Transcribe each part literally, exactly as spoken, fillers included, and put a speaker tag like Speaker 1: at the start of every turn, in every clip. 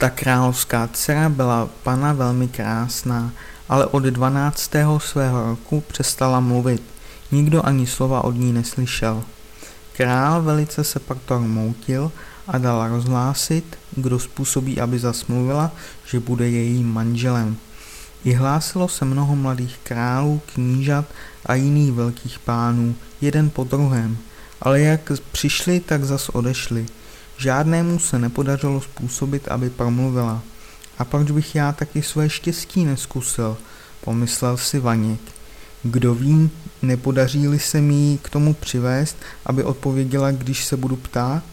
Speaker 1: Ta královská dcera byla pana velmi krásná, ale od dvanáctého svého roku přestala mluvit. Nikdo ani slova od ní neslyšel. Král velice se proto rmoutil a dal rozhlásit, kdo způsobí, aby zasmluvila, že bude jejím manželem. I hlásilo se mnoho mladých králů, knížat a jiných velkých pánů, jeden po druhém, ale jak přišli, tak zas odešli. Žádnému se nepodařilo způsobit, aby promluvila. A proč bych já taky své štěstí neskusil, pomyslel si Vaněk. Kdo ví, nepodaří-li se mi ji k tomu přivést, aby odpověděla, když se budu ptát?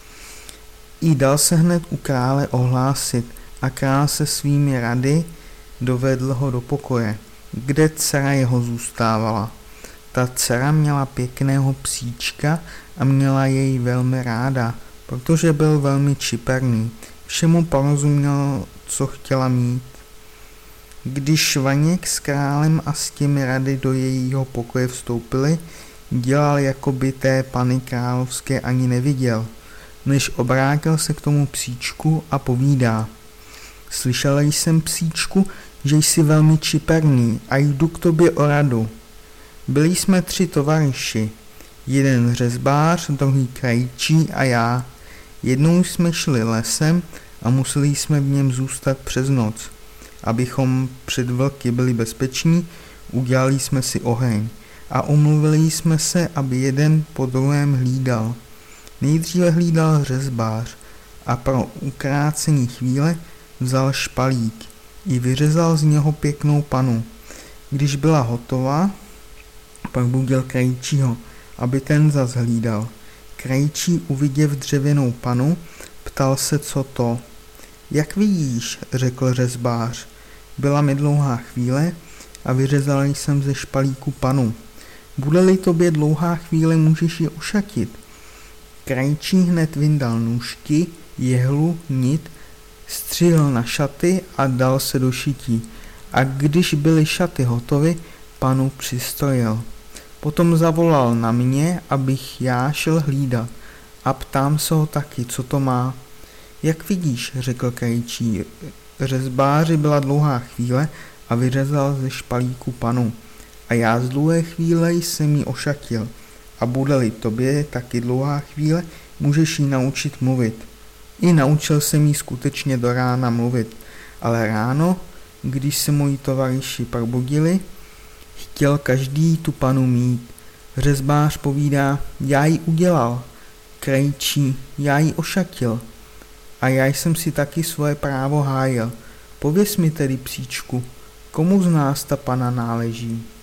Speaker 1: I dal se hned u krále ohlásit a král se svými rady dovedl ho do pokoje, kde dcera jeho zůstávala. Ta dcera měla pěkného psíčka a měla jej velmi ráda, protože byl velmi čiperný. Všemu porozuměl, co chtěla mít. Když Vaněk s králem a s těmi rady do jejího pokoje vstoupili, dělal, jako by té pany královské ani neviděl, než obrátil se k tomu psíčku a povídá. Slyšela jsem, psíčku, že jsi velmi čiperný a jdu k tobě o radu. Byli jsme tři tovaryši, jeden řezbář, druhý krejčí a já. Jednou jsme šli lesem a museli jsme v něm zůstat přes noc. Abychom před vlky byli bezpeční, udělali jsme si oheň a umluvili jsme se, aby jeden po druhém hlídal. Nejdříve hlídal řezbář a pro ukrácení chvíle vzal špalík i vyřezal z něho pěknou panu. Když byla hotová, pak budil krejčího, aby ten zas hlídal. Krejčí, uviděv dřevěnou panu, ptal se, co to. Jak vidíš, řekl řezbář, byla mi dlouhá chvíle a vyřezal jsem ze špalíku panu. Bude-li tobě dlouhá chvíle, můžeš ji ošatit. Krejčí hned vyndal nůžky, jehlu, nit, střihl na šaty a dal se do šití. A když byly šaty hotovy, panu přistrojil. Potom zavolal na mě, abych já šel hlídat a ptám se ho taky, co to má. Jak vidíš, řekl krejčí, řezbáři byla dlouhá chvíle a vyřezal ze špalíku panu. A já z dlouhé chvíle jsem ji ošatil. A bude-li tobě taky dlouhá chvíle, můžeš ji naučit mluvit. I naučil jsem jí skutečně do rána mluvit, ale ráno, když se moji tovaryši probudili, chtěl každý tu panu mít. Řezbář povídá, já ji udělal. Krejčí, já ji ošatil. A já jsem si taky svoje právo hájil. Pověz mi tedy, psíčku, komu z nás ta pana náleží?